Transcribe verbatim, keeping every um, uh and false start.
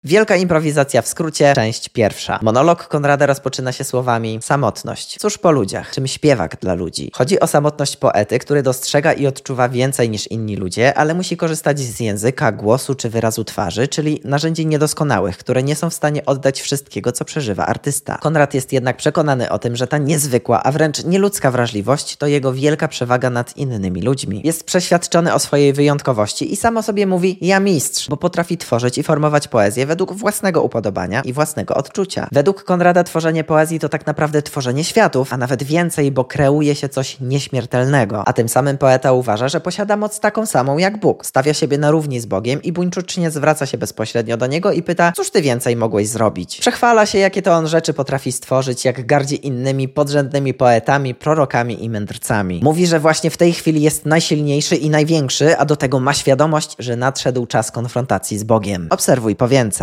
Wielka improwizacja w skrócie, część pierwsza. Monolog Konrada rozpoczyna się słowami: samotność. Cóż po ludziach? Czym śpiewak dla ludzi? Chodzi o samotność poety, który dostrzega i odczuwa więcej niż inni ludzie, ale musi korzystać z języka, głosu czy wyrazu twarzy, czyli narzędzi niedoskonałych, które nie są w stanie oddać wszystkiego, co przeżywa artysta. Konrad jest jednak przekonany o tym, że ta niezwykła, a wręcz nieludzka wrażliwość to jego wielka przewaga nad innymi ludźmi. Jest przeświadczony o swojej wyjątkowości i sam o sobie mówi: ja mistrz, bo potrafi tworzyć i formować poezję według własnego upodobania i własnego odczucia. Według Konrada tworzenie poezji to tak naprawdę tworzenie światów, a nawet więcej, bo kreuje się coś nieśmiertelnego. A tym samym poeta uważa, że posiada moc taką samą jak Bóg. Stawia siebie na równi z Bogiem i buńczucznie zwraca się bezpośrednio do Niego i pyta: cóż ty więcej mogłeś zrobić? Przechwala się, jakie to on rzeczy potrafi stworzyć, jak gardzi innymi podrzędnymi poetami, prorokami i mędrcami. Mówi, że właśnie w tej chwili jest najsilniejszy i największy, a do tego ma świadomość, że nadszedł czas konfrontacji z Bogiem. Obserwuj po więcej.